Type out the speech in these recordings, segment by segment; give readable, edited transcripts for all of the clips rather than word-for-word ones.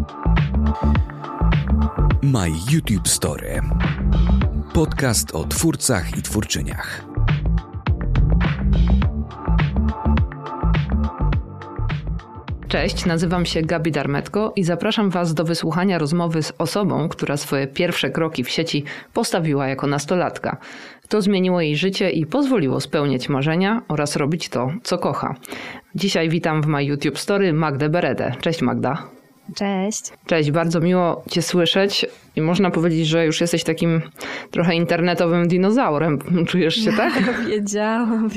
My YouTube Story. Podcast o twórcach i twórczyniach. Cześć, nazywam się Gabi Darmetko i zapraszam Was do wysłuchania rozmowy z osobą, która swoje pierwsze kroki w sieci postawiła jako nastolatka. To zmieniło jej życie i pozwoliło spełniać marzenia oraz robić to, co kocha. Dzisiaj witam w My YouTube Story Magdę Beredę. Cześć Magda. Cześć. Cześć, bardzo miło Cię słyszeć i można powiedzieć, że już jesteś takim trochę internetowym dinozaurem. Czujesz się tak? Wiedziałam.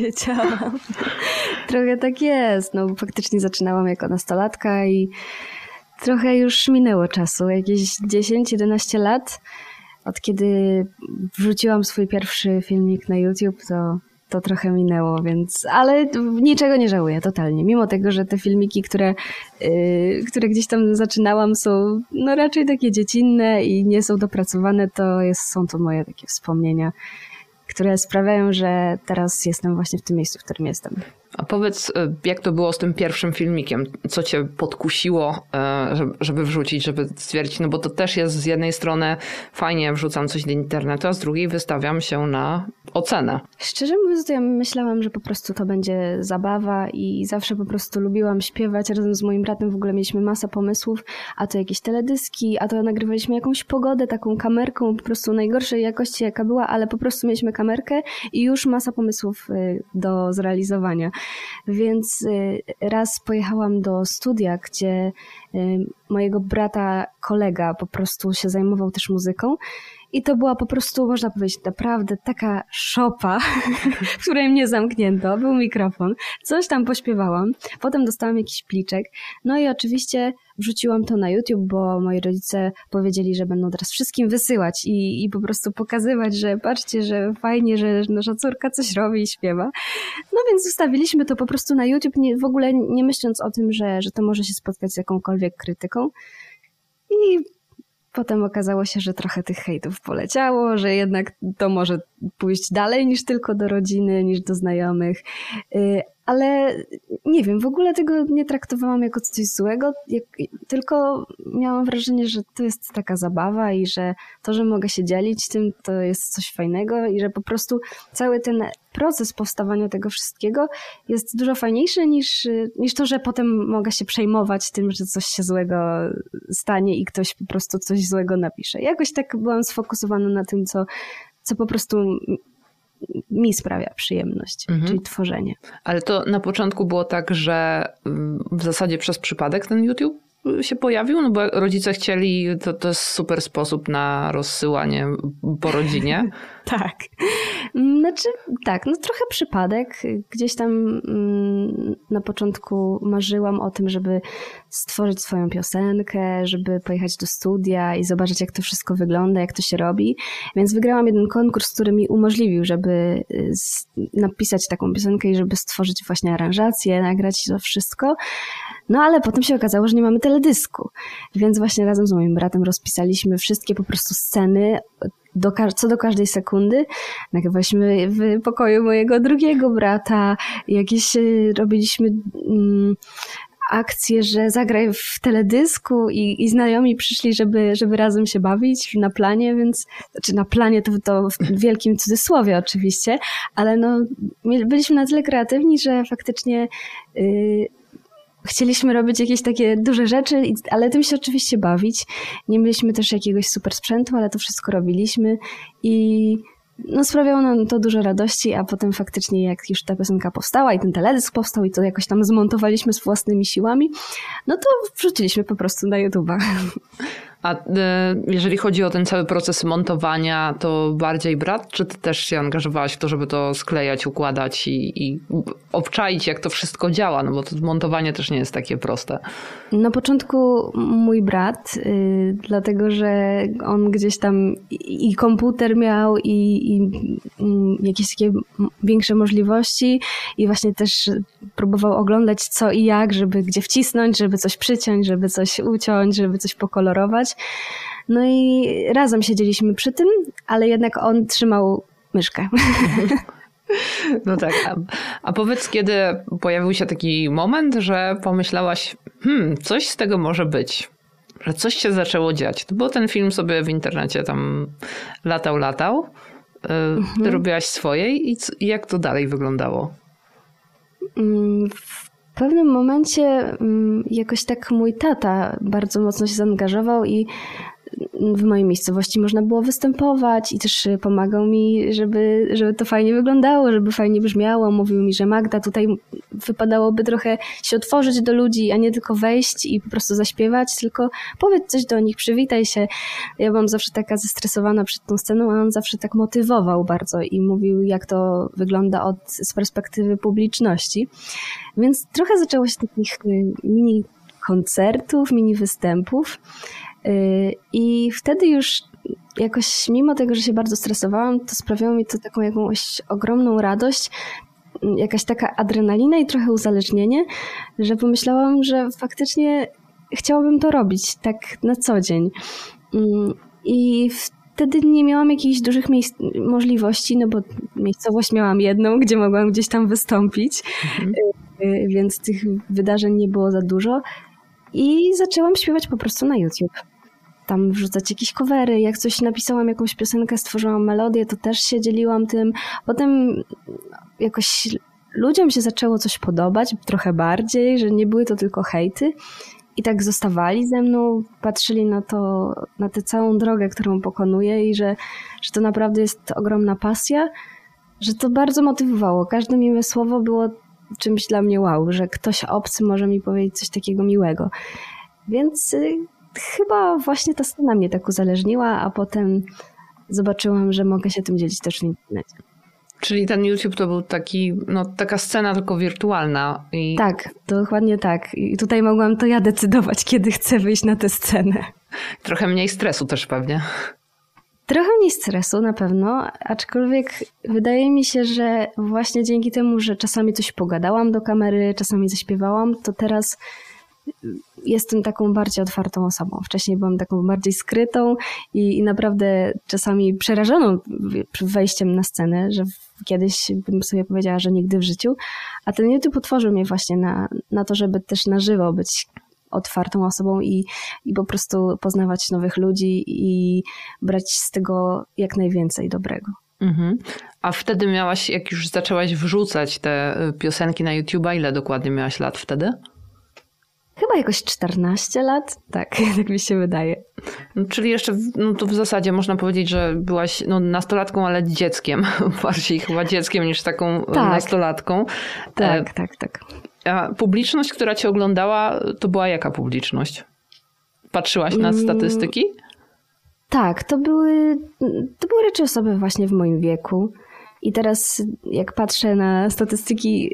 Trochę tak jest. No faktycznie zaczynałam jako nastolatka i trochę już minęło czasu. Jakieś 10-11 lat. Od kiedy wrzuciłam swój pierwszy filmik na YouTube, to trochę minęło, więc... Ale niczego nie żałuję, totalnie. Mimo tego, że te filmiki, które gdzieś tam zaczynałam, są no raczej takie dziecinne i nie są dopracowane, są to moje takie wspomnienia, które sprawiają, że teraz jestem właśnie w tym miejscu, w którym jestem. A powiedz, jak to było z tym pierwszym filmikiem? Co Cię podkusiło, żeby wrzucić, żeby stwierdzić? No bo to też jest z jednej strony fajnie, wrzucam coś do internetu, a z drugiej wystawiam się na ocenę. Szczerze mówiąc, to ja myślałam, że po prostu to będzie zabawa i zawsze po prostu lubiłam śpiewać. Razem z moim bratem w ogóle mieliśmy masę pomysłów, a to jakieś teledyski, a to nagrywaliśmy jakąś pogodę taką kamerką, po prostu najgorszej jakości jaka była, ale po prostu mieliśmy kamerkę i już masa pomysłów do zrealizowania. Więc raz pojechałam do studia, gdzie mojego brata kolega po prostu się zajmował też muzyką i to była po prostu, można powiedzieć, naprawdę taka szopa, w której mnie zamknięto, był mikrofon, coś tam pośpiewałam, potem dostałam jakiś pliczek, no i oczywiście wrzuciłam to na YouTube, bo moi rodzice powiedzieli, że będą teraz wszystkim wysyłać i po prostu pokazywać, że patrzcie, że fajnie, że nasza córka coś robi i śpiewa. No więc zostawiliśmy to po prostu na YouTube, w ogóle nie myśląc o tym, że to może się spotkać z jakąkolwiek krytyką. I potem okazało się, że trochę tych hejtów poleciało, że jednak to może pójść dalej niż tylko do rodziny, niż do znajomych. Ale nie wiem, w ogóle tego nie traktowałam jako coś złego, tylko miałam wrażenie, że to jest taka zabawa i że to, że mogę się dzielić tym, to jest coś fajnego i że po prostu cały ten proces powstawania tego wszystkiego jest dużo fajniejszy niż to, że potem mogę się przejmować tym, że coś się złego stanie i ktoś po prostu coś złego napisze. Jakoś tak byłam sfokusowana na tym, co po prostu mi sprawia przyjemność, czyli tworzenie. Ale to na początku było tak, że w zasadzie przez przypadek ten YouTube się pojawił? No bo rodzice chcieli, to jest super sposób na rozsyłanie po rodzinie. Tak. Znaczy, tak, no trochę przypadek. Gdzieś tam na początku marzyłam o tym, żeby stworzyć swoją piosenkę, żeby pojechać do studia i zobaczyć, jak to wszystko wygląda, jak to się robi. Więc wygrałam jeden konkurs, który mi umożliwił, żeby napisać taką piosenkę i żeby stworzyć właśnie aranżację, nagrać to wszystko. No ale potem się okazało, że nie mamy teledysku. Więc właśnie razem z moim bratem rozpisaliśmy wszystkie po prostu sceny co do każdej sekundy. Nagrywaliśmy w pokoju mojego drugiego brata. Jakieś robiliśmy akcje, że zagraj w teledysku i znajomi przyszli, żeby razem się bawić na planie, więc znaczy na planie to w wielkim cudzysłowie oczywiście, ale no byliśmy na tyle kreatywni, że faktycznie chcieliśmy robić jakieś takie duże rzeczy, ale tym się oczywiście bawić. Nie mieliśmy też jakiegoś super sprzętu, ale to wszystko robiliśmy i no sprawiało nam to dużo radości, a potem faktycznie jak już ta piosenka powstała i ten teledysk powstał i to jakoś tam zmontowaliśmy z własnymi siłami, no to wrzuciliśmy po prostu na YouTube'a. A jeżeli chodzi o ten cały proces montowania, to bardziej brat, czy ty też się angażowałaś w to, żeby to sklejać, układać i obczaić, jak to wszystko działa? No bo to montowanie też nie jest takie proste. Na początku mój brat, dlatego że on gdzieś tam i komputer miał i jakieś takie większe możliwości i właśnie też próbował oglądać co i jak, żeby gdzie wcisnąć, żeby coś przyciąć, żeby coś uciąć, żeby coś pokolorować. No i razem siedzieliśmy przy tym, ale jednak on trzymał myszkę. No tak. A powiedz, kiedy pojawił się taki moment, że pomyślałaś, coś z tego może być? że coś się zaczęło dziać. Bo ten film sobie w internecie tam latał. Ty robiłaś swojej i jak to dalej wyglądało? W pewnym momencie jakoś tak mój tata bardzo mocno się zaangażował i w mojej miejscowości można było występować i też pomagał mi, żeby to fajnie wyglądało, żeby fajnie brzmiało. Mówił mi, że Magda, tutaj wypadałoby trochę się otworzyć do ludzi, a nie tylko wejść i po prostu zaśpiewać, tylko powiedz coś do nich, przywitaj się. Ja byłam zawsze taka zestresowana przed tą sceną, a on zawsze tak motywował bardzo i mówił, jak to wygląda z perspektywy publiczności. Więc trochę zaczęło się takich mini koncertów, mini występów. I wtedy już jakoś, mimo tego, że się bardzo stresowałam, to sprawiało mi to taką jakąś ogromną radość, jakaś taka adrenalina i trochę uzależnienie, że pomyślałam, że faktycznie chciałabym to robić tak na co dzień. I wtedy nie miałam jakichś dużych możliwości, no bo miejscowość miałam jedną, gdzie mogłam gdzieś tam wystąpić, więc tych wydarzeń nie było za dużo. I zaczęłam śpiewać po prostu na YouTube. Tam wrzucać jakieś covery. Jak coś napisałam, jakąś piosenkę, stworzyłam melodię, to też się dzieliłam tym. Potem jakoś ludziom się zaczęło coś podobać, trochę bardziej, że nie były to tylko hejty. I tak zostawali ze mną, patrzyli na tę całą drogę, którą pokonuję i że to naprawdę jest ogromna pasja, że to bardzo motywowało. Każde miłe słowo było czymś dla mnie wow, że ktoś obcy może mi powiedzieć coś takiego miłego. Więc chyba właśnie ta scena mnie tak uzależniła, a potem zobaczyłam, że mogę się tym dzielić też w internecie. Czyli ten YouTube to był taka scena tylko wirtualna. Tak, dokładnie tak. I tutaj mogłam to ja decydować, kiedy chcę wyjść na tę scenę. Trochę mniej stresu też pewnie. Trochę mniej stresu na pewno, aczkolwiek wydaje mi się, że właśnie dzięki temu, że czasami coś pogadałam do kamery, czasami zaśpiewałam, to teraz jestem taką bardziej otwartą osobą. Wcześniej byłam taką bardziej skrytą i naprawdę czasami przerażoną wejściem na scenę, że kiedyś bym sobie powiedziała, że nigdy w życiu. A ten YouTube otworzył mnie właśnie na to, żeby też na żywo być otwartą osobą i po prostu poznawać nowych ludzi i brać z tego jak najwięcej dobrego. Mhm. A wtedy jak już zaczęłaś wrzucać te piosenki na YouTube'a, ile dokładnie miałaś lat wtedy? Chyba jakoś 14 lat, tak mi się wydaje. Czyli jeszcze, to w zasadzie można powiedzieć, że byłaś nastolatką, ale dzieckiem. Bardziej chyba dzieckiem niż taką nastolatką. Tak. A publiczność, która cię oglądała, to była jaka publiczność? Patrzyłaś na statystyki? Tak, to były raczej osoby właśnie w moim wieku. I teraz jak patrzę na statystyki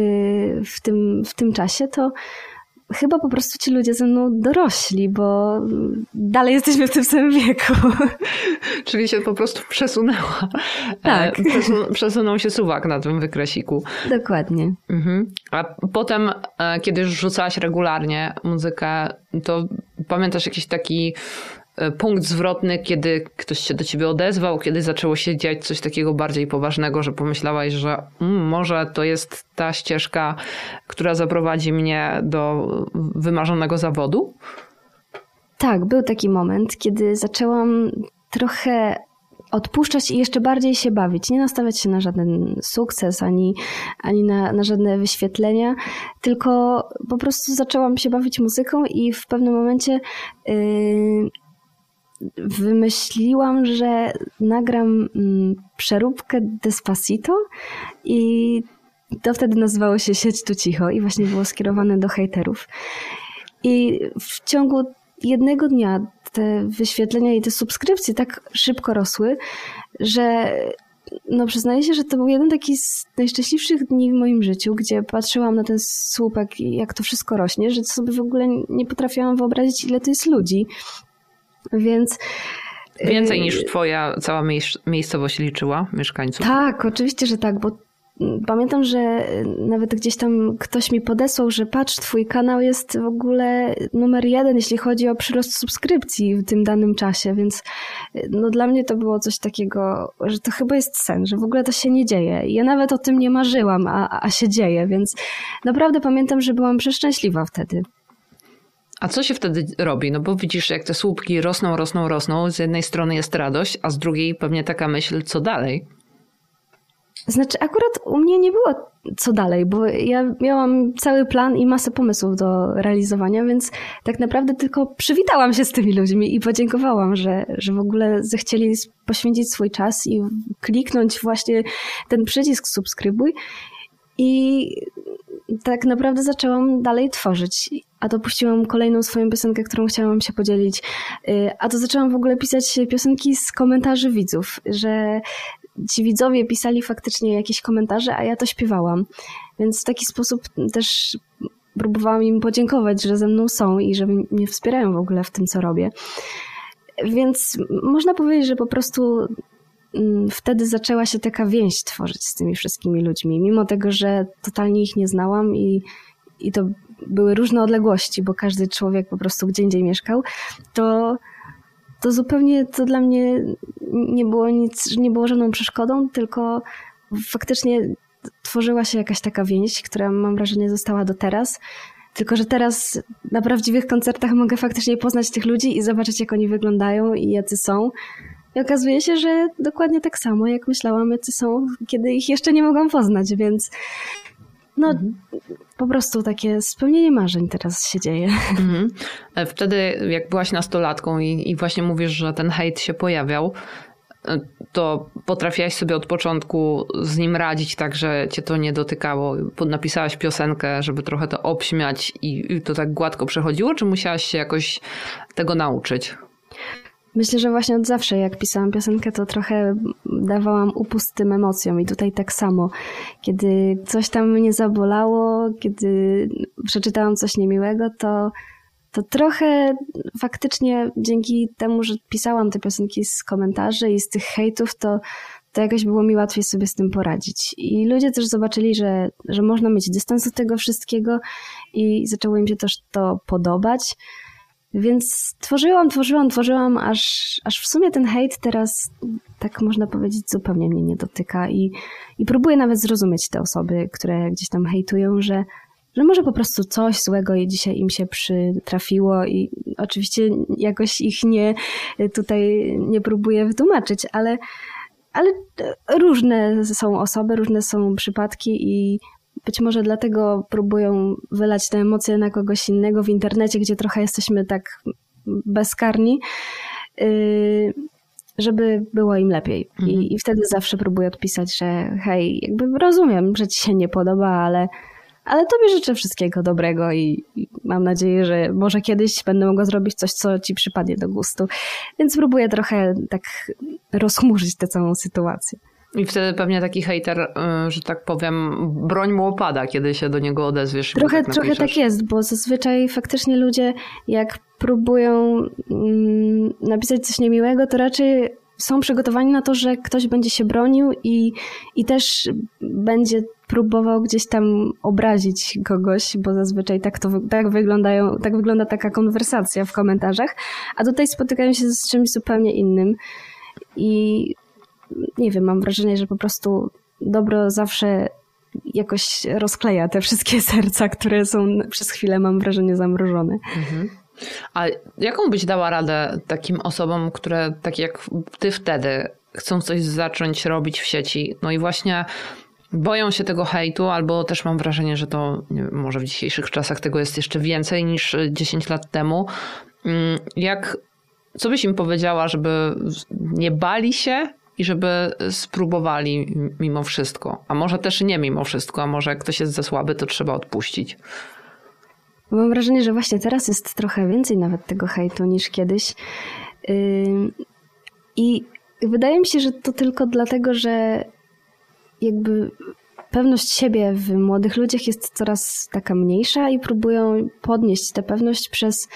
w tym czasie, to chyba po prostu ci ludzie ze mną dorośli, bo dalej jesteśmy w tym samym wieku. Czyli się po prostu przesunęła. Tak. Przesunął się suwak na tym wykresiku. Dokładnie. Mhm. A potem, kiedy już rzucałaś regularnie muzykę, to pamiętasz jakiś taki punkt zwrotny, kiedy ktoś się do ciebie odezwał, kiedy zaczęło się dziać coś takiego bardziej poważnego, że pomyślałaś, że może to jest ta ścieżka, która zaprowadzi mnie do wymarzonego zawodu? Tak, był taki moment, kiedy zaczęłam trochę odpuszczać i jeszcze bardziej się bawić. Nie nastawiać się na żaden sukces, ani na żadne wyświetlenia, tylko po prostu zaczęłam się bawić muzyką i w pewnym momencie wymyśliłam, że nagram przeróbkę Despacito i to wtedy nazywało się Siedź tu cicho i właśnie było skierowane do hejterów. I w ciągu jednego dnia te wyświetlenia i te subskrypcje tak szybko rosły, że przyznaję się, że to był jeden taki z najszczęśliwszych dni w moim życiu, gdzie patrzyłam na ten słupek i jak to wszystko rośnie, że sobie w ogóle nie potrafiłam wyobrazić, ile to jest ludzi. Więc więcej niż twoja cała miejscowość liczyła mieszkańców? Tak, oczywiście, że tak, bo pamiętam, że nawet gdzieś tam ktoś mi podesłał, że patrz, twój kanał jest w ogóle numer 1, jeśli chodzi o przyrost subskrypcji w tym danym czasie, więc dla mnie to było coś takiego, że to chyba jest sen, że w ogóle to się nie dzieje. Ja nawet o tym nie marzyłam, a się dzieje, więc naprawdę pamiętam, że byłam przeszczęśliwa wtedy. A co się wtedy robi? No bo widzisz, jak te słupki rosną. Z jednej strony jest radość, a z drugiej pewnie taka myśl, co dalej? Znaczy akurat u mnie nie było co dalej, bo ja miałam cały plan i masę pomysłów do realizowania, więc tak naprawdę tylko przywitałam się z tymi ludźmi i podziękowałam, że w ogóle zechcieli poświęcić swój czas i kliknąć właśnie ten przycisk subskrybuj. I tak naprawdę zaczęłam dalej tworzyć. A to puściłam kolejną swoją piosenkę, którą chciałam się podzielić. A to zaczęłam w ogóle pisać piosenki z komentarzy widzów, że ci widzowie pisali faktycznie jakieś komentarze, a ja to śpiewałam. Więc w taki sposób też próbowałam im podziękować, że ze mną są i że mnie wspierają w ogóle w tym, co robię. Więc można powiedzieć, że po prostu wtedy zaczęła się taka więź tworzyć z tymi wszystkimi ludźmi. Mimo tego, że totalnie ich nie znałam i to były różne odległości, bo każdy człowiek po prostu gdzie indziej mieszkał, to zupełnie to dla mnie nie było żadną przeszkodą, tylko faktycznie tworzyła się jakaś taka więź, która mam wrażenie została do teraz. Tylko że teraz na prawdziwych koncertach mogę faktycznie poznać tych ludzi i zobaczyć, jak oni wyglądają i jacy są. I okazuje się, że dokładnie tak samo, jak myślałam, jacy są, kiedy ich jeszcze nie mogłam poznać, więc po prostu takie spełnienie marzeń teraz się dzieje. Wtedy, jak byłaś nastolatką i właśnie mówisz, że ten hejt się pojawiał, to potrafiłaś sobie od początku z nim radzić tak, że cię to nie dotykało. Napisałaś piosenkę, żeby trochę to obśmiać i to tak gładko przechodziło, czy musiałaś się jakoś tego nauczyć? Myślę, że właśnie od zawsze, jak pisałam piosenkę, to trochę dawałam upust tym emocjom i tutaj tak samo. Kiedy coś tam mnie zabolało, kiedy przeczytałam coś niemiłego, to trochę faktycznie dzięki temu, że pisałam te piosenki z komentarzy i z tych hejtów, to jakoś było mi łatwiej sobie z tym poradzić. I ludzie też zobaczyli, że można mieć dystans do tego wszystkiego i zaczęło im się też to podobać. Więc tworzyłam, aż w sumie ten hejt teraz, tak można powiedzieć, zupełnie mnie nie dotyka i próbuję nawet zrozumieć te osoby, które gdzieś tam hejtują, że może po prostu coś złego i dzisiaj im się przytrafiło i oczywiście jakoś ich nie próbuję wytłumaczyć, ale różne są osoby, różne są przypadki i być może dlatego próbują wylać te emocje na kogoś innego w internecie, gdzie trochę jesteśmy tak bezkarni, żeby było im lepiej. I wtedy zawsze próbuję odpisać, że hej, jakby rozumiem, że ci się nie podoba, ale tobie życzę wszystkiego dobrego i mam nadzieję, że może kiedyś będę mogła zrobić coś, co ci przypadnie do gustu. Więc próbuję trochę tak rozchmurzyć tę całą sytuację. I wtedy pewnie taki hejter, że tak powiem, broń mu opada, kiedy się do niego odezwiesz. Trochę tak jest, bo zazwyczaj faktycznie ludzie, jak próbują napisać coś niemiłego, to raczej są przygotowani na to, że ktoś będzie się bronił i też będzie próbował gdzieś tam obrazić kogoś, bo zazwyczaj tak wygląda taka konwersacja w komentarzach, a tutaj spotykają się z czymś zupełnie innym i nie wiem, mam wrażenie, że po prostu dobro zawsze jakoś rozkleja te wszystkie serca, które są przez chwilę, mam wrażenie, zamrożone. A jaką byś dała radę takim osobom, które tak jak ty wtedy chcą coś zacząć robić w sieci, no i właśnie boją się tego hejtu, albo też mam wrażenie, że to może w dzisiejszych czasach tego jest jeszcze więcej niż 10 lat temu. Co byś im powiedziała, żeby nie bali się i żeby spróbowali mimo wszystko? A może też nie mimo wszystko, a może jak ktoś jest za słaby, to trzeba odpuścić. Mam wrażenie, że właśnie teraz jest trochę więcej nawet tego hejtu niż kiedyś. I wydaje mi się, że to tylko dlatego, że jakby pewność siebie w młodych ludziach jest coraz taka mniejsza i próbują podnieść tę pewność przez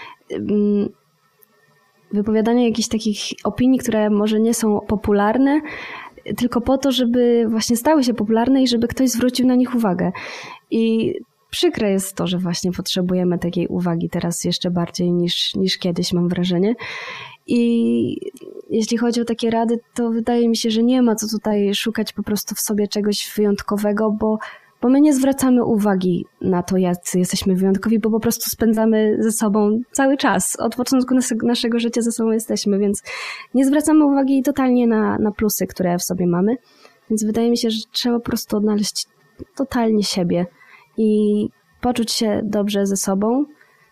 wypowiadanie jakichś takich opinii, które może nie są popularne, tylko po to, żeby właśnie stały się popularne i żeby ktoś zwrócił na nich uwagę. I przykre jest to, że właśnie potrzebujemy takiej uwagi teraz jeszcze bardziej niż kiedyś, mam wrażenie. I jeśli chodzi o takie rady, to wydaje mi się, że nie ma co tutaj szukać po prostu w sobie czegoś wyjątkowego, bo bo my nie zwracamy uwagi na to, jacy jesteśmy wyjątkowi, bo po prostu spędzamy ze sobą cały czas. Od początku naszego życia ze sobą jesteśmy, więc nie zwracamy uwagi totalnie na plusy, które w sobie mamy. Więc wydaje mi się, że trzeba po prostu odnaleźć totalnie siebie i poczuć się dobrze ze sobą.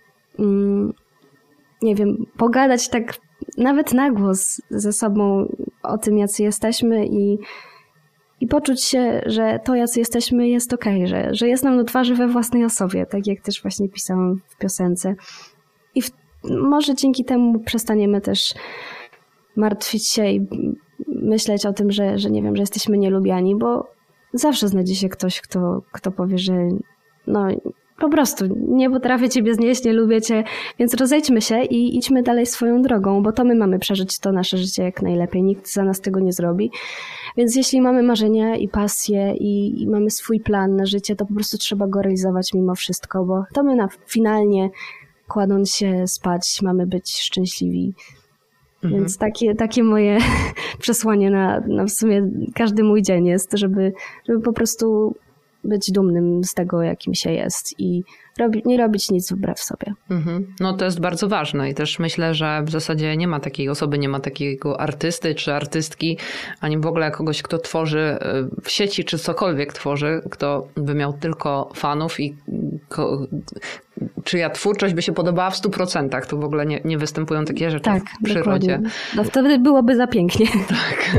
Nie wiem, pogadać tak nawet na głos ze sobą o tym, jacy jesteśmy i poczuć się, że to, jacy jesteśmy, jest okej, że jest nam do twarzy we własnej osobie, tak jak też właśnie pisałam w piosence. I może dzięki temu przestaniemy też martwić się i myśleć o tym, że nie wiem, że jesteśmy nielubiani, bo zawsze znajdzie się ktoś, kto powie, że no po prostu nie potrafię ciebie znieść, nie lubię cię, więc rozejdźmy się i idźmy dalej swoją drogą, bo to my mamy przeżyć to nasze życie jak najlepiej, nikt za nas tego nie zrobi. Więc jeśli mamy marzenia i pasje i mamy swój plan na życie, to po prostu trzeba go realizować mimo wszystko, bo to my finalnie kładąc się spać mamy być szczęśliwi. Więc takie moje przesłanie na w sumie każdy mój dzień jest, żeby po prostu być dumnym z tego, jakim się jest i nie robić nic wbrew sobie. No to jest bardzo ważne i też myślę, że w zasadzie nie ma takiej osoby, nie ma takiego artysty czy artystki, ani w ogóle kogoś, kto tworzy w sieci czy cokolwiek tworzy, kto by miał tylko fanów i czyja twórczość by się podobała w 100%. To w ogóle nie występują takie rzeczy w przyrodzie. Dokładnie. No wtedy byłoby za pięknie. Tak.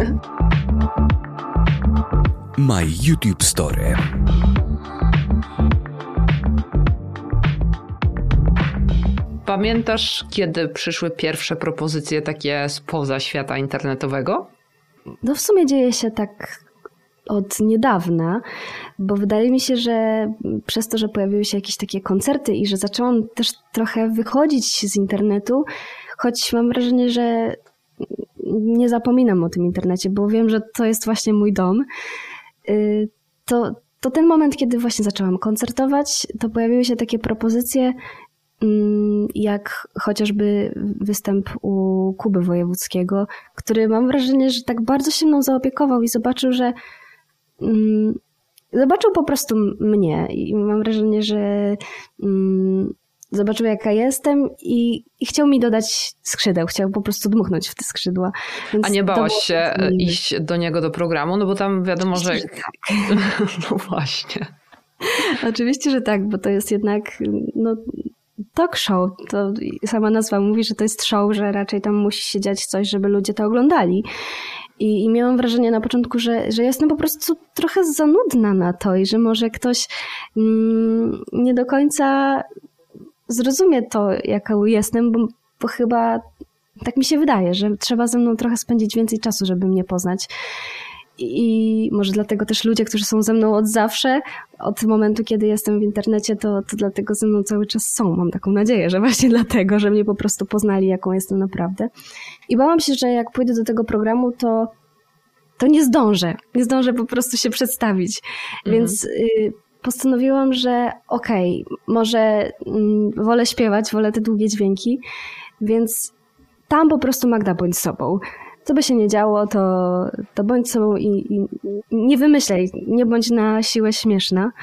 My YouTube Story. Pamiętasz, kiedy przyszły pierwsze propozycje takie spoza świata internetowego? No w sumie dzieje się tak od niedawna, bo wydaje mi się, że przez to, że pojawiły się jakieś takie koncerty i że zaczęłam też trochę wychodzić z internetu, choć mam wrażenie, że nie zapominam o tym internecie, bo wiem, że to jest właśnie mój dom, to ten moment, kiedy właśnie zaczęłam koncertować, to pojawiły się takie propozycje, jak chociażby występ u Kuby Wojewódzkiego, który mam wrażenie, że tak bardzo się mną zaopiekował i zobaczył, że zobaczył po prostu mnie i mam wrażenie, że zobaczył, jaka jestem i chciał mi dodać skrzydeł, chciał po prostu dmuchnąć w te skrzydła. Więc a nie bałaś się iść do niego do programu? No bo tam wiadomo, że... Tak. No właśnie. Oczywiście, że tak, bo to jest jednak talk show. To sama nazwa mówi, że to jest show, że raczej tam musi się dziać coś, żeby ludzie to oglądali. I miałam wrażenie na początku, że jestem po prostu trochę za nudna na to i że może ktoś nie do końca zrozumie to, jaką jestem, bo chyba tak mi się wydaje, że trzeba ze mną trochę spędzić więcej czasu, żeby mnie poznać. I może dlatego też ludzie, którzy są ze mną od zawsze, od momentu, kiedy jestem w internecie, to dlatego ze mną cały czas są. Mam taką nadzieję, że właśnie dlatego, że mnie po prostu poznali, jaką jestem naprawdę. I bałam się, że jak pójdę do tego programu, to nie zdążę. Nie zdążę po prostu się przedstawić. Więc postanowiłam, że okej, może wolę śpiewać, wolę te długie dźwięki, więc tam po prostu Magda bądź sobą. Co by się nie działo, to bądź sobą i nie wymyślaj, nie bądź na siłę śmieszna.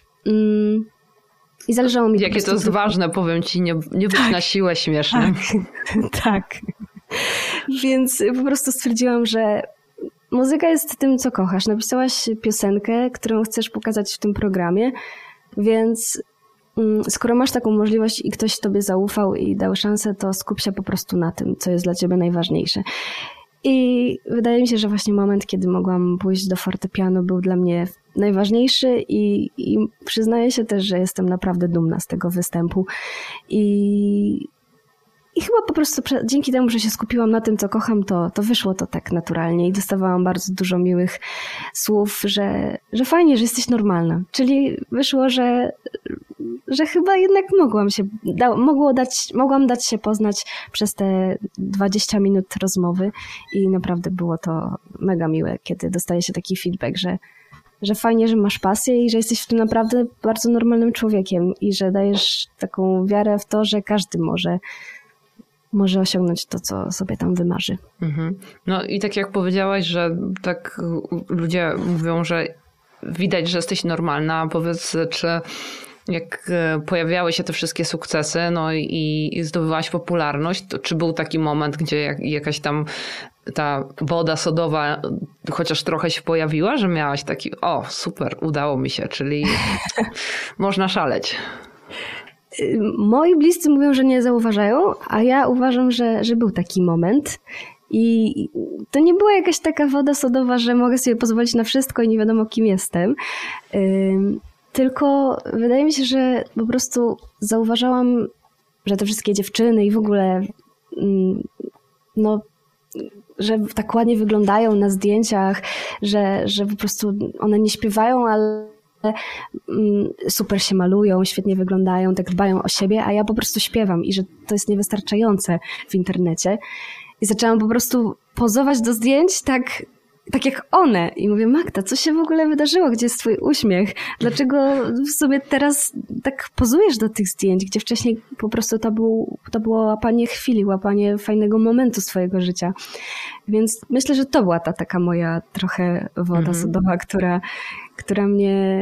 I zależało mi jakie to jest ważne, powiem ci, nie być na siłę śmiesznym. Tak. Więc po prostu stwierdziłam, że muzyka jest tym, co kochasz. Napisałaś piosenkę, którą chcesz pokazać w tym programie, więc skoro masz taką możliwość i ktoś tobie zaufał i dał szansę, to skup się po prostu na tym, co jest dla ciebie najważniejsze. I wydaje mi się, że właśnie moment, kiedy mogłam pójść do fortepianu, był dla mnie najważniejszy i przyznaję się też, że jestem naprawdę dumna z tego występu. I chyba po prostu dzięki temu, że się skupiłam na tym, co kocham, to wyszło to tak naturalnie i dostawałam bardzo dużo miłych słów, że fajnie, że jesteś normalna. Czyli wyszło, że chyba jednak mogłam dać się poznać przez te 20 minut rozmowy i naprawdę było to mega miłe, kiedy dostaje się taki feedback, że fajnie, że masz pasję i że jesteś w tym naprawdę bardzo normalnym człowiekiem i że dajesz taką wiarę w to, że każdy może osiągnąć to, co sobie tam wymarzy. No i tak jak powiedziałaś, że tak ludzie mówią, że widać, że jesteś normalna. Powiedz, czy jak pojawiały się te wszystkie sukcesy, no i zdobywałaś popularność, to czy był taki moment, gdzie jakaś tam ta woda sodowa chociaż trochę się pojawiła, że miałaś taki, o super, udało mi się, czyli można szaleć? Moi bliscy mówią, że nie zauważają, a ja uważam, że był taki moment. I to nie była jakaś taka woda sodowa, że mogę sobie pozwolić na wszystko i nie wiadomo kim jestem. Tylko wydaje mi się, że po prostu zauważałam, że te wszystkie dziewczyny i w ogóle no, że tak ładnie wyglądają na zdjęciach, że po prostu one nie śpiewają, ale super się malują, świetnie wyglądają, tak dbają o siebie, a ja po prostu śpiewam i że to jest niewystarczające w internecie. I zaczęłam po prostu pozować do zdjęć tak jak one. I mówię, Magda, co się w ogóle wydarzyło? Gdzie jest twój uśmiech? Dlaczego w sumie teraz tak pozujesz do tych zdjęć, gdzie wcześniej po prostu to było łapanie chwili, łapanie fajnego momentu swojego życia. Więc myślę, że to była ta taka moja trochę woda sodowa, która mnie...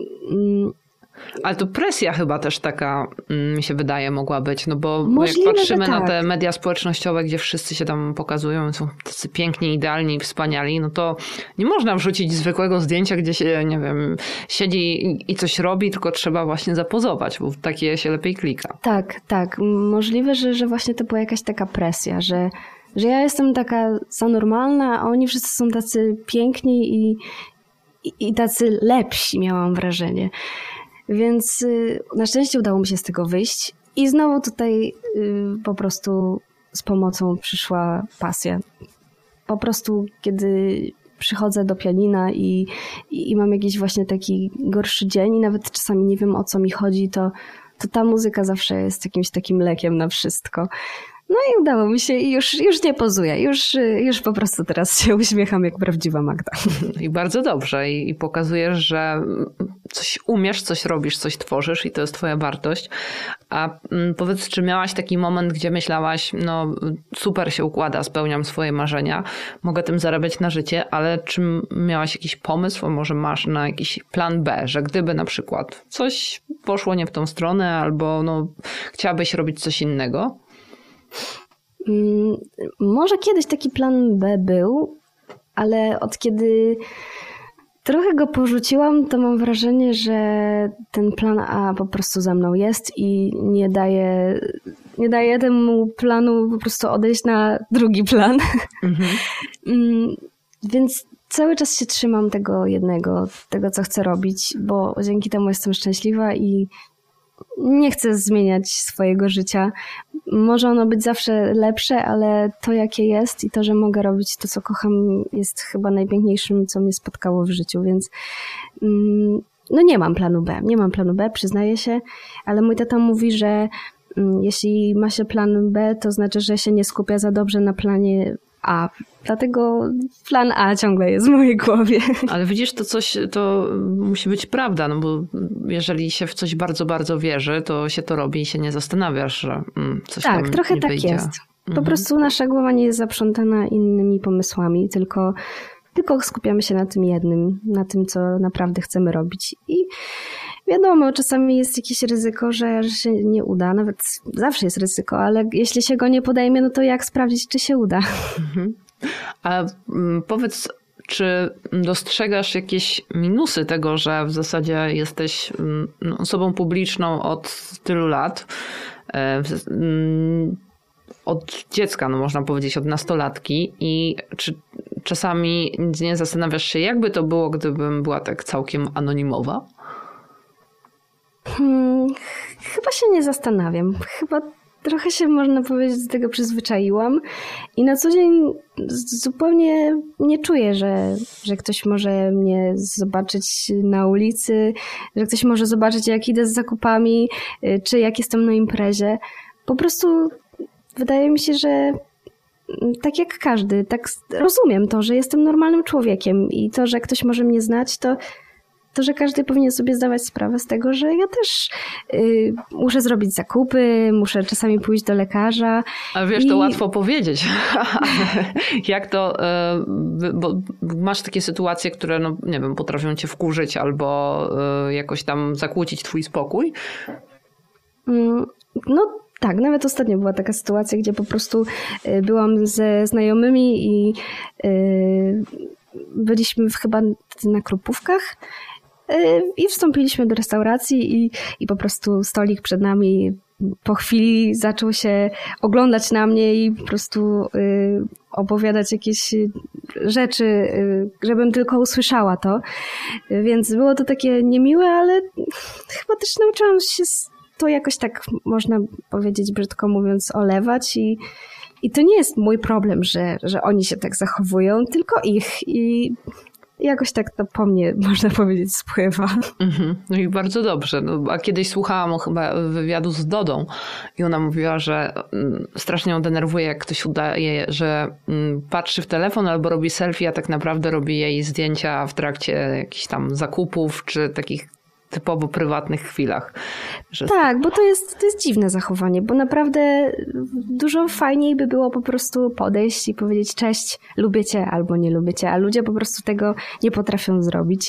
Ale to presja chyba też taka, mi się wydaje, mogła być, no bo Możliwe, jak patrzymy na tak. te media społecznościowe, gdzie wszyscy się tam pokazują, są tacy piękni, idealni i wspaniali, no to nie można wrzucić zwykłego zdjęcia, gdzie się, nie wiem, siedzi i coś robi, tylko trzeba właśnie zapozować, bo takie się lepiej klika. Tak. Możliwe, że właśnie to była jakaś taka presja, że ja jestem taka za normalna, a oni wszyscy są tacy piękni i tacy lepsi, miałam wrażenie. Więc na szczęście udało mi się z tego wyjść i znowu tutaj po prostu z pomocą przyszła pasja. Po prostu kiedy przychodzę do pianina i mam jakiś właśnie taki gorszy dzień i nawet czasami nie wiem o co mi chodzi, to ta muzyka zawsze jest jakimś takim lekiem na wszystko. No i udało mi się i już nie pozuję. Już po prostu teraz się uśmiecham jak prawdziwa Magda. I bardzo dobrze. I pokazujesz, że coś umiesz, coś robisz, coś tworzysz i to jest twoja wartość. A powiedz, czy miałaś taki moment, gdzie myślałaś, no super się układa, spełniam swoje marzenia, mogę tym zarabiać na życie, ale czy miałaś jakiś pomysł, a może masz na jakiś plan B, że gdyby na przykład coś poszło nie w tą stronę albo no, chciałabyś robić coś innego? Może kiedyś taki plan B był, ale od kiedy trochę go porzuciłam, to mam wrażenie, że ten plan A po prostu za mną jest i nie daje temu planu po prostu odejść na drugi plan. Więc cały czas się trzymam tego jednego, tego co chcę robić, bo dzięki temu jestem szczęśliwa i nie chcę zmieniać swojego życia. Może ono być zawsze lepsze, ale to jakie jest i to, że mogę robić to, co kocham, jest chyba najpiękniejszym, co mnie spotkało w życiu, więc no nie mam planu B. Nie mam planu B, przyznaję się, ale mój tata mówi, że jeśli ma się plan B, to znaczy, że się nie skupia za dobrze na planie A. Dlatego plan A ciągle jest w mojej głowie. Ale widzisz, to musi być prawda, no bo jeżeli się w coś bardzo, bardzo wierzy, to się to robi i się nie zastanawiasz, że coś tam Tak, trochę nie tak wyjdzie. jest. Po prostu nasza głowa nie jest zaprzątana innymi pomysłami, tylko skupiamy się na tym jednym, na tym, co naprawdę chcemy robić. I wiadomo, czasami jest jakieś ryzyko, że się nie uda, nawet zawsze jest ryzyko, ale jeśli się go nie podejmie, no to jak sprawdzić, czy się uda? A powiedz, czy dostrzegasz jakieś minusy tego, że w zasadzie jesteś osobą publiczną od tylu lat, od dziecka, no można powiedzieć, od nastolatki i czy czasami nie zastanawiasz się, jakby to było, gdybym była tak całkiem anonimowa? Chyba się nie zastanawiam. Chyba trochę się, można powiedzieć, do tego przyzwyczaiłam i na co dzień zupełnie nie czuję, że ktoś może mnie zobaczyć na ulicy, że ktoś może zobaczyć, jak idę z zakupami, czy jak jestem na imprezie. Po prostu wydaje mi się, że tak jak każdy, tak rozumiem to, że jestem normalnym człowiekiem i to, że ktoś może mnie znać, to to, że każdy powinien sobie zdawać sprawę z tego, że ja też muszę zrobić zakupy, muszę czasami pójść do lekarza. Ale wiesz, to łatwo powiedzieć. Jak to, bo masz takie sytuacje, które, no nie wiem, potrafią cię wkurzyć albo jakoś tam zakłócić twój spokój? No tak, nawet ostatnio była taka sytuacja, gdzie po prostu byłam ze znajomymi i byliśmy chyba na Krupówkach i wstąpiliśmy do restauracji i po prostu stolik przed nami po chwili zaczął się oglądać na mnie i po prostu opowiadać jakieś rzeczy, żebym tylko usłyszała to. Więc było to takie niemiłe, ale chyba też nauczyłam się to jakoś tak, można powiedzieć brzydko mówiąc, olewać i to nie jest mój problem, że oni się tak zachowują, tylko ich i jakoś tak to po mnie, można powiedzieć, spływa. No i bardzo dobrze. No, a kiedyś słuchałam chyba wywiadu z Dodą i ona mówiła, że strasznie ją denerwuje, jak ktoś udaje, że patrzy w telefon albo robi selfie, a tak naprawdę robi jej zdjęcia w trakcie jakichś tam zakupów czy takich typowo prywatnych chwilach. Tak, bo to jest dziwne zachowanie, bo naprawdę dużo fajniej by było po prostu podejść i powiedzieć cześć, lubię cię albo nie lubię cię, a ludzie po prostu tego nie potrafią zrobić.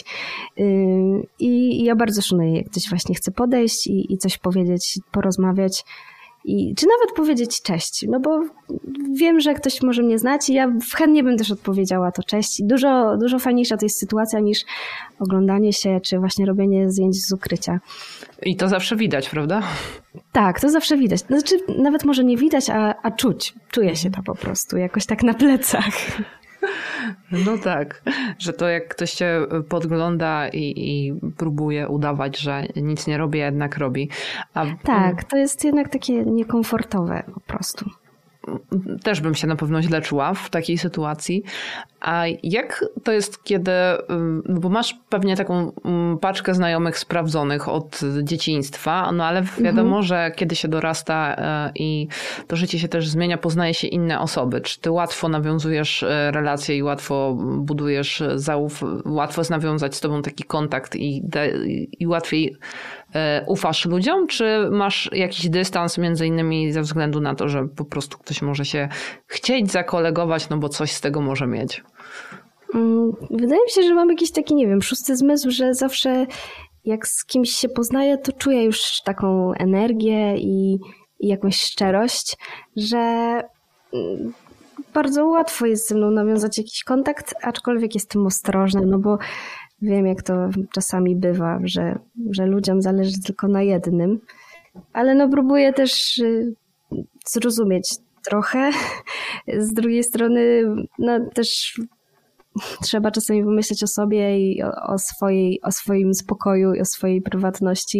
I ja bardzo szanuję, jak ktoś właśnie chce podejść i coś powiedzieć, porozmawiać. Czy nawet powiedzieć cześć, no bo wiem, że ktoś może mnie znać i ja chętnie bym też odpowiedziała to cześć. Dużo fajniejsza to jest sytuacja niż oglądanie się, czy właśnie robienie zdjęć z ukrycia. I to zawsze widać, prawda? Tak, to zawsze widać. Znaczy nawet może nie widać, a czuć. Czuje się to po prostu jakoś tak na plecach. No tak, że to jak ktoś cię podgląda i próbuje udawać, że nic nie robi, a jednak robi. Tak, to jest jednak takie niekomfortowe po prostu. Też bym się na pewno źle czuła w takiej sytuacji. A jak to jest, kiedy, bo masz pewnie taką paczkę znajomych sprawdzonych od dzieciństwa, no ale wiadomo, że kiedy się dorasta i to życie się też zmienia, poznaje się inne osoby. Czy ty łatwo nawiązujesz relacje i łatwo budujesz łatwo jest nawiązać z tobą taki kontakt i łatwiej ufasz ludziom, czy masz jakiś dystans między innymi ze względu na to, że po prostu ktoś może się chcieć zakolegować, no bo coś z tego może mieć? Wydaje mi się, że mam jakiś taki, nie wiem, szósty zmysł, że zawsze jak z kimś się poznaję, to czuję już taką energię i jakąś szczerość, że bardzo łatwo jest ze mną nawiązać jakiś kontakt, aczkolwiek jestem ostrożna, no bo wiem, jak to czasami bywa, że ludziom zależy tylko na jednym, ale no próbuję też zrozumieć trochę. Z drugiej strony no też trzeba czasami pomyśleć o sobie i o swoim spokoju i o swojej prywatności,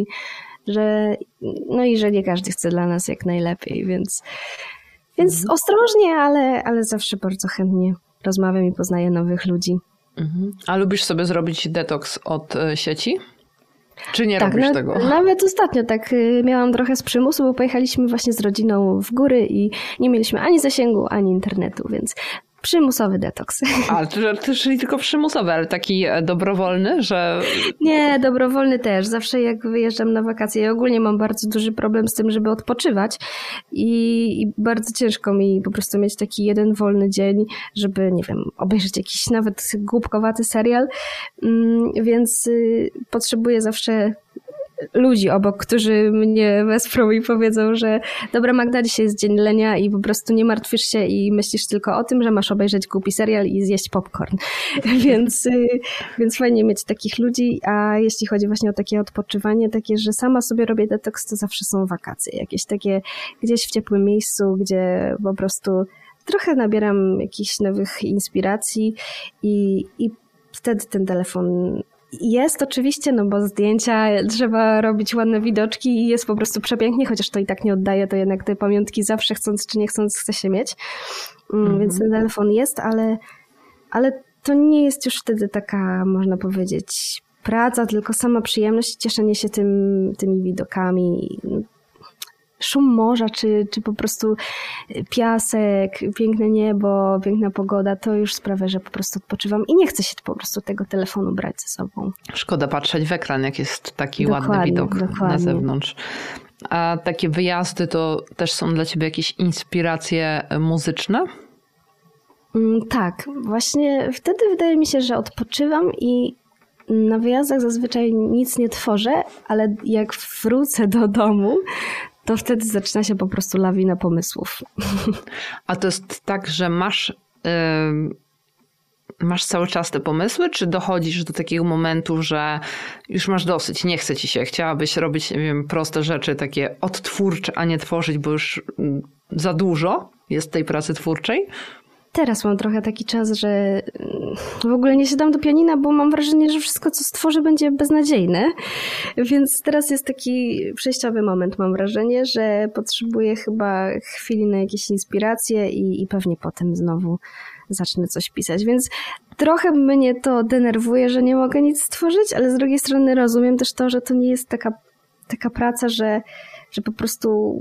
że nie każdy chce dla nas jak najlepiej, więc ostrożnie, ale zawsze bardzo chętnie rozmawiam i poznaję nowych ludzi. A lubisz sobie zrobić detoks od sieci? Czy nie robisz tego? Nawet ostatnio tak miałam trochę z przymusu, bo pojechaliśmy właśnie z rodziną w góry i nie mieliśmy ani zasięgu, ani internetu, więc przymusowy detoks. Czyli tylko przymusowy, ale taki dobrowolny, że... Nie, dobrowolny też. Zawsze jak wyjeżdżam na wakacje, ja ogólnie mam bardzo duży problem z tym, żeby odpoczywać i bardzo ciężko mi po prostu mieć taki jeden wolny dzień, żeby, nie wiem, obejrzeć jakiś nawet głupkowaty serial, więc potrzebuję zawsze ludzi obok, którzy mnie wesprą i powiedzą, że dobra Magda, dzisiaj jest dzień lenia i po prostu nie martwisz się i myślisz tylko o tym, że masz obejrzeć głupi serial i zjeść popcorn. Więc fajnie mieć takich ludzi, a jeśli chodzi właśnie o takie odpoczywanie, takie, że sama sobie robię detoks, to zawsze są wakacje. Jakieś takie gdzieś w ciepłym miejscu, gdzie po prostu trochę nabieram jakichś nowych inspiracji i wtedy ten telefon jest oczywiście, no bo zdjęcia trzeba robić ładne widoczki i jest po prostu przepięknie, chociaż to i tak nie oddaje, to jednak te pamiątki zawsze chcąc czy nie chcąc chce się mieć. Więc ten telefon jest, ale to nie jest już wtedy taka, można powiedzieć, praca, tylko sama przyjemność i cieszenie się tymi widokami. szum morza, czy po prostu piasek, piękne niebo, piękna pogoda, to już sprawia, że po prostu odpoczywam i nie chcę się po prostu tego telefonu brać ze sobą. Szkoda patrzeć w ekran, jak jest taki ładny widok na zewnątrz. A takie wyjazdy to też są dla ciebie jakieś inspiracje muzyczne? Tak, właśnie wtedy wydaje mi się, że odpoczywam i na wyjazdach zazwyczaj nic nie tworzę, ale jak wrócę do domu, to wtedy zaczyna się po prostu lawina pomysłów. A to jest tak, że masz cały czas te pomysły, czy dochodzisz do takiego momentu, że już masz dosyć, nie chce ci się, chciałabyś robić, nie wiem, proste rzeczy, takie odtwórcze, a nie tworzyć, bo już za dużo jest tej pracy twórczej? Teraz mam trochę taki czas, że w ogóle nie siadam do pianina, bo mam wrażenie, że wszystko, co stworzę, będzie beznadziejne. Więc teraz jest taki przejściowy moment, mam wrażenie, że potrzebuję chyba chwili na jakieś inspiracje i pewnie potem znowu zacznę coś pisać. Więc trochę mnie to denerwuje, że nie mogę nic stworzyć, ale z drugiej strony rozumiem też to, że to nie jest taka praca, że po prostu...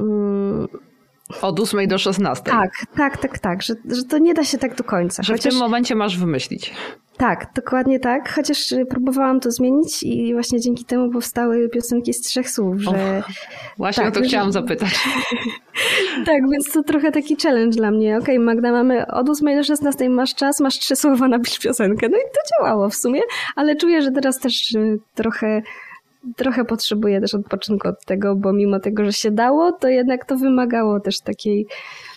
Od 8 do 16. Tak, że to nie da się tak do końca. Że w tym momencie masz wymyślić. Tak, dokładnie tak, chociaż próbowałam to zmienić i właśnie dzięki temu powstały piosenki z 3 słów, że... Właśnie tak, o to chciałam zapytać. Tak, więc to trochę taki challenge dla mnie. Okej, Magda, mamy od 8 do 16 masz czas, masz 3 słowa, napisz piosenkę. No i to działało w sumie, ale czuję, że teraz też trochę potrzebuję też odpoczynku od tego, bo mimo tego, że się dało, to jednak to wymagało też takiej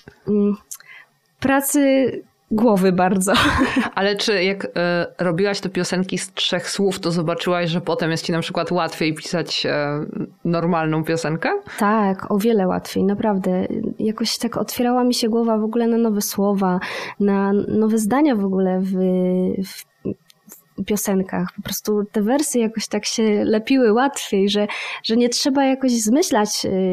pracy głowy bardzo. Ale czy jak robiłaś te piosenki z 3 słów, to zobaczyłaś, że potem jest ci na przykład łatwiej pisać normalną piosenkę? Tak, o wiele łatwiej, naprawdę. Jakoś tak otwierała mi się głowa w ogóle na nowe słowa, na nowe zdania w ogóle w piosenkach. Po prostu te wersy jakoś tak się lepiły łatwiej, że nie trzeba jakoś zmyślać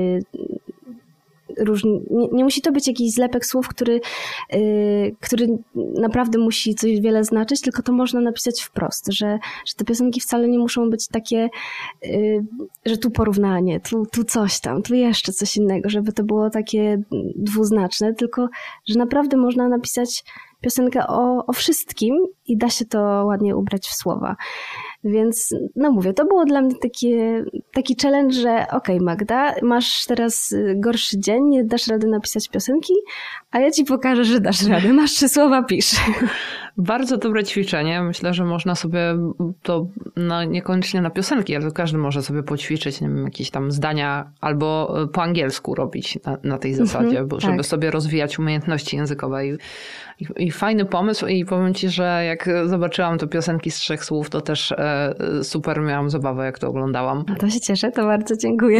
nie musi to być jakiś zlepek słów, który naprawdę musi coś wiele znaczyć, tylko to można napisać wprost, że te piosenki wcale nie muszą być takie, że tu porównanie, tu coś tam, tu jeszcze coś innego, żeby to było takie dwuznaczne, tylko że naprawdę można napisać piosenkę o wszystkim i da się to ładnie ubrać w słowa. Więc no mówię, to było dla mnie taki challenge, że okej, Magda, masz teraz gorszy dzień, nie dasz rady napisać piosenki, a ja ci pokażę, że dasz radę. Masz 3 słowa, pisz. Bardzo dobre ćwiczenie. Myślę, że można sobie to niekoniecznie na piosenki, ale każdy może sobie poćwiczyć, nie wiem, jakieś tam zdania albo po angielsku robić na tej zasadzie, żeby sobie rozwijać umiejętności językowe. I fajny pomysł i powiem ci, że jak zobaczyłam te piosenki z 3 słów, to też super miałam zabawę, jak to oglądałam. To się cieszę, to bardzo dziękuję.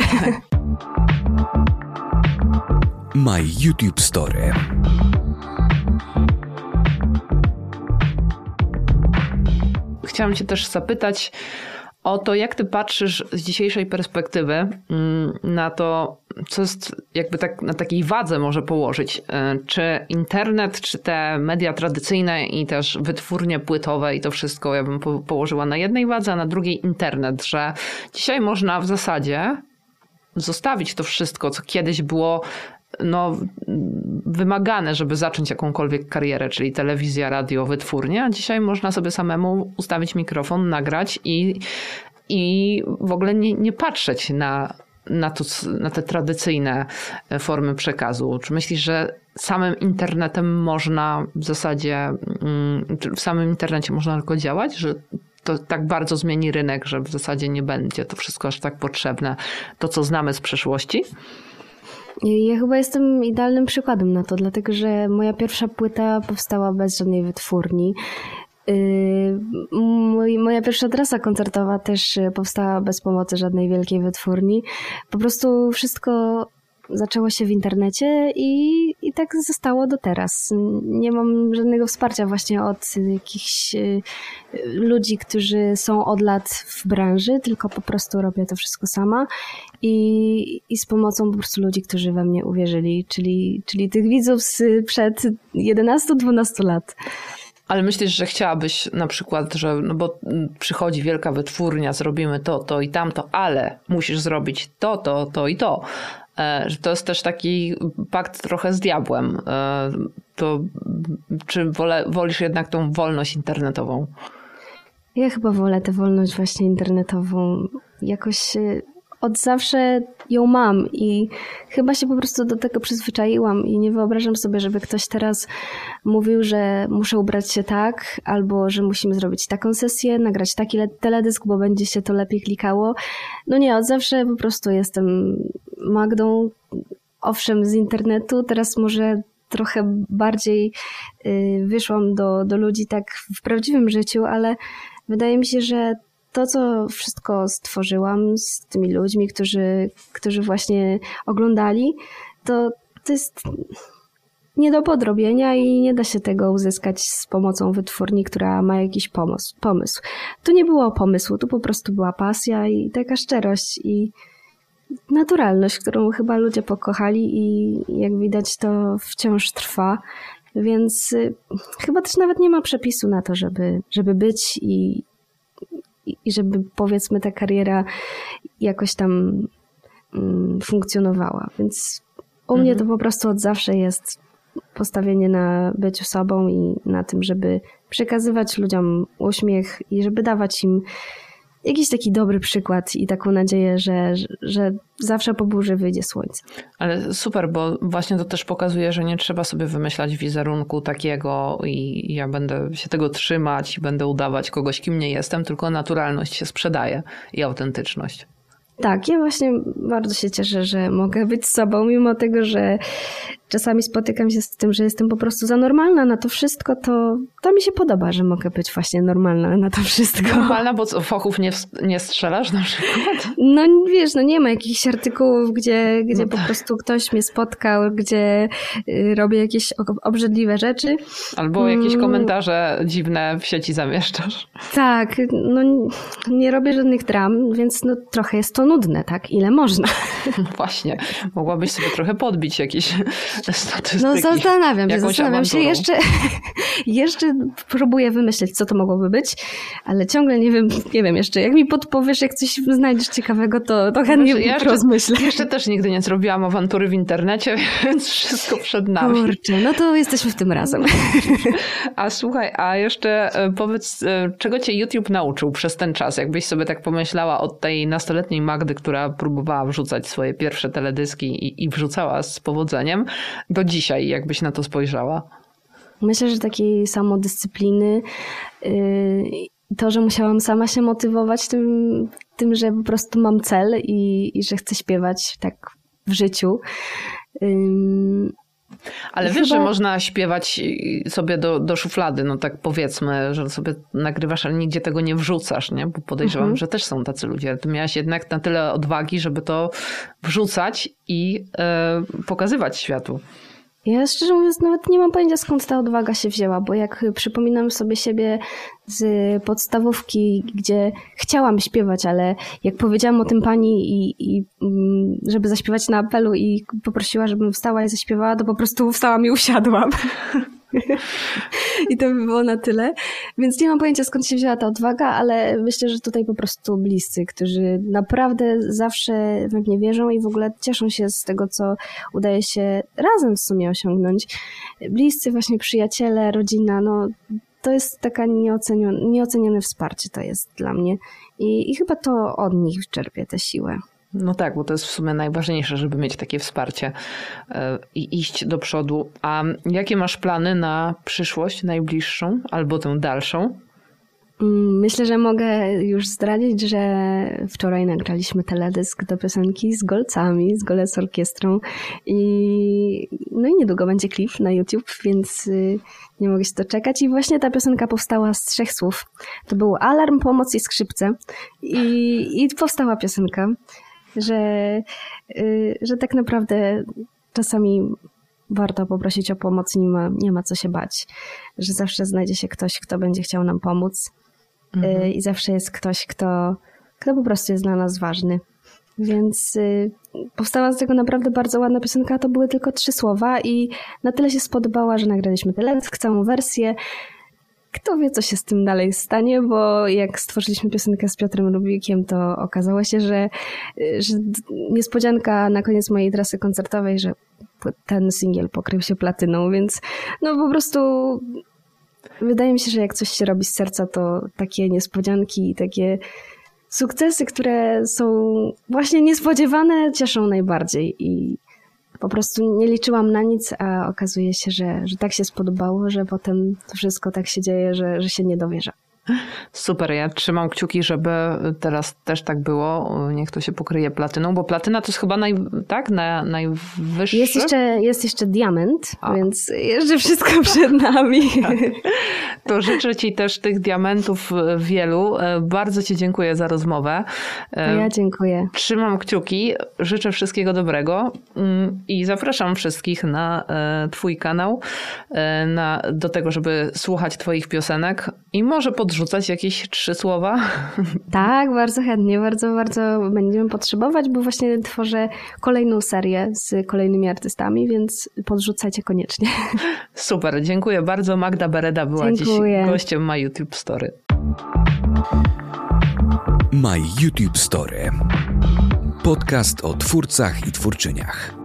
My YouTube Story. Chciałam cię też zapytać o to, jak ty patrzysz z dzisiejszej perspektywy na to, co jest jakby tak na takiej wadze może położyć. Czy internet, czy te media tradycyjne i też wytwórnie płytowe i to wszystko ja bym położyła na jednej wadze, a na drugiej internet, że dzisiaj można w zasadzie zostawić to wszystko, co kiedyś było wymagane, żeby zacząć jakąkolwiek karierę, czyli telewizja, radio, wytwórnie, a dzisiaj można sobie samemu ustawić mikrofon, nagrać i w ogóle nie patrzeć na te tradycyjne formy przekazu. Czy myślisz, że samym internetem można w zasadzie, w samym internecie można tylko działać, że to tak bardzo zmieni rynek, że w zasadzie nie będzie to wszystko aż tak potrzebne, to co znamy z przeszłości? Ja chyba jestem idealnym przykładem na to, dlatego że moja pierwsza płyta powstała bez żadnej wytwórni. Moja pierwsza trasa koncertowa też powstała bez pomocy żadnej wielkiej wytwórni. Po prostu wszystko zaczęło się w internecie i tak zostało do teraz. Nie mam żadnego wsparcia właśnie od jakichś ludzi, którzy są od lat w branży, tylko po prostu robię to wszystko sama i z pomocą po prostu ludzi, którzy we mnie uwierzyli, czyli tych widzów sprzed 11-12 lat. Ale myślisz, że chciałabyś na przykład, że bo przychodzi wielka wytwórnia, zrobimy to i tamto, ale musisz zrobić to i to. że to jest też taki pakt trochę z diabłem. To czy wolisz jednak tą wolność internetową? Ja chyba wolę tę wolność właśnie internetową. Jakoś od zawsze ją mam i chyba się po prostu do tego przyzwyczaiłam i nie wyobrażam sobie, żeby ktoś teraz mówił, że muszę ubrać się tak, albo że musimy zrobić taką sesję, nagrać taki teledysk, bo będzie się to lepiej klikało. No nie, od zawsze po prostu jestem Magdą, owszem z internetu, teraz może trochę bardziej wyszłam do ludzi tak w prawdziwym życiu, ale wydaje mi się, że to, co wszystko stworzyłam z tymi ludźmi, którzy właśnie oglądali, to jest nie do podrobienia i nie da się tego uzyskać z pomocą wytwórni, która ma jakiś pomysł. Tu nie było pomysłu, tu po prostu była pasja i taka szczerość i naturalność, którą chyba ludzie pokochali i jak widać to wciąż trwa. Więc chyba też nawet nie ma przepisu na to, żeby być i żeby powiedzmy ta kariera jakoś tam funkcjonowała. Więc u mnie to po prostu od zawsze jest postawienie na byciu sobą i na tym, żeby przekazywać ludziom uśmiech i żeby dawać im jakiś taki dobry przykład i taką nadzieję, że zawsze po burzy wyjdzie słońce. Ale super, bo właśnie to też pokazuje, że nie trzeba sobie wymyślać wizerunku takiego i ja będę się tego trzymać i będę udawać kogoś, kim nie jestem, tylko naturalność się sprzedaje i autentyczność. Tak, ja właśnie bardzo się cieszę, że mogę być sobą, mimo tego, że czasami spotykam się z tym, że jestem po prostu za normalna na to wszystko, to mi się podoba, że mogę być właśnie normalna na to wszystko. Normalna, bo co, fochów nie strzelasz na przykład? No wiesz, no nie ma jakichś artykułów, gdzie po prostu ktoś mnie spotkał, gdzie robię jakieś obrzydliwe rzeczy. Albo jakieś komentarze dziwne w sieci zamieszczasz. Tak, no nie robię żadnych dram, więc no trochę jest to nudne, tak? Ile można? Właśnie, mogłabyś sobie trochę podbić jakieś statystyki. No zastanawiam się. Jeszcze próbuję wymyśleć, co to mogłoby być, ale ciągle nie wiem jeszcze. Jak mi podpowiesz, jak coś znajdziesz ciekawego, to chętnie rozmyślę. Jeszcze też nigdy nie zrobiłam awantury w internecie, więc wszystko przed nami. Kurczę, no to jesteśmy w tym razem. A słuchaj, a jeszcze powiedz, czego cię YouTube nauczył przez ten czas? Jakbyś sobie tak pomyślała od tej nastoletniej Magdy, która próbowała wrzucać swoje pierwsze teledyski i wrzucała z powodzeniem, do dzisiaj, jakbyś na to spojrzała? Myślę, że takiej samodyscypliny, to, że musiałam sama się motywować tym, że po prostu mam cel i że chcę śpiewać tak w życiu. Ale wiesz, że można śpiewać sobie do szuflady, no tak powiedzmy, że sobie nagrywasz, ale nigdzie tego nie wrzucasz, nie? Bo podejrzewam, że też są tacy ludzie. Ty miałaś jednak na tyle odwagi, żeby to wrzucać i pokazywać światu. Ja szczerze mówiąc nawet nie mam pojęcia, skąd ta odwaga się wzięła, bo jak przypominam sobie siebie z podstawówki, gdzie chciałam śpiewać, ale jak powiedziałam o tym pani i żeby zaśpiewać na apelu i poprosiła, żebym wstała i zaśpiewała, to po prostu wstałam i usiadłam. I to by było na tyle. Więc nie mam pojęcia, skąd się wzięła ta odwaga, ale myślę, że tutaj po prostu bliscy, którzy naprawdę zawsze we mnie wierzą i w ogóle cieszą się z tego, co udaje się razem w sumie osiągnąć. Bliscy, właśnie przyjaciele, rodzina, no to jest taka nieocenione wsparcie to jest dla mnie. I chyba to od nich czerpię tę siłę. No tak, bo to jest w sumie najważniejsze, żeby mieć takie wsparcie i iść do przodu. A jakie masz plany na przyszłość najbliższą albo tę dalszą? Myślę, że mogę już zdradzić, że wczoraj nagraliśmy teledysk do piosenki z Golcami, z Golec Orkiestrą i niedługo będzie klip na YouTube, więc nie mogę się doczekać. I właśnie ta piosenka powstała z 3 słów. To był alarm, pomoc i skrzypce i powstała piosenka, że tak naprawdę czasami warto poprosić o pomoc, nie ma co się bać, że zawsze znajdzie się ktoś, kto będzie chciał nam pomóc i zawsze jest ktoś, kto po prostu jest dla nas ważny. Więc powstała z tego naprawdę bardzo ładna piosenka, to były tylko 3 słowa i na tyle się spodobała, że nagraliśmy teledysk, całą wersję. kto wie, co się z tym dalej stanie, bo jak stworzyliśmy piosenkę z Piotrem Lubikiem, to okazało się, że niespodzianka na koniec mojej trasy koncertowej, że ten singiel pokrył się platyną, więc no po prostu wydaje mi się, że jak coś się robi z serca, to takie niespodzianki i takie sukcesy, które są właśnie niespodziewane, cieszą najbardziej i po prostu nie liczyłam na nic, a okazuje się, że tak się spodobało, że potem to wszystko tak się dzieje, że się nie dowierza. Super, ja trzymam kciuki, żeby teraz też tak było. Niech to się pokryje platyną, bo platyna to jest chyba najwyższy. Jest jeszcze diament, więc jeszcze wszystko przed nami. Tak. To życzę Ci też tych diamentów wielu. Bardzo Ci dziękuję za rozmowę. To ja dziękuję. Trzymam kciuki, życzę wszystkiego dobrego i zapraszam wszystkich na Twój kanał, do tego, żeby słuchać Twoich piosenek i może podrzucać jakieś 3 słowa. Tak, bardzo chętnie, bardzo, bardzo będziemy potrzebować, bo właśnie tworzę kolejną serię z kolejnymi artystami, więc podrzucajcie koniecznie. Super, dziękuję bardzo. Magda Bereda była dziś gościem My YouTube Story. My YouTube Story. Podcast o twórcach i twórczyniach.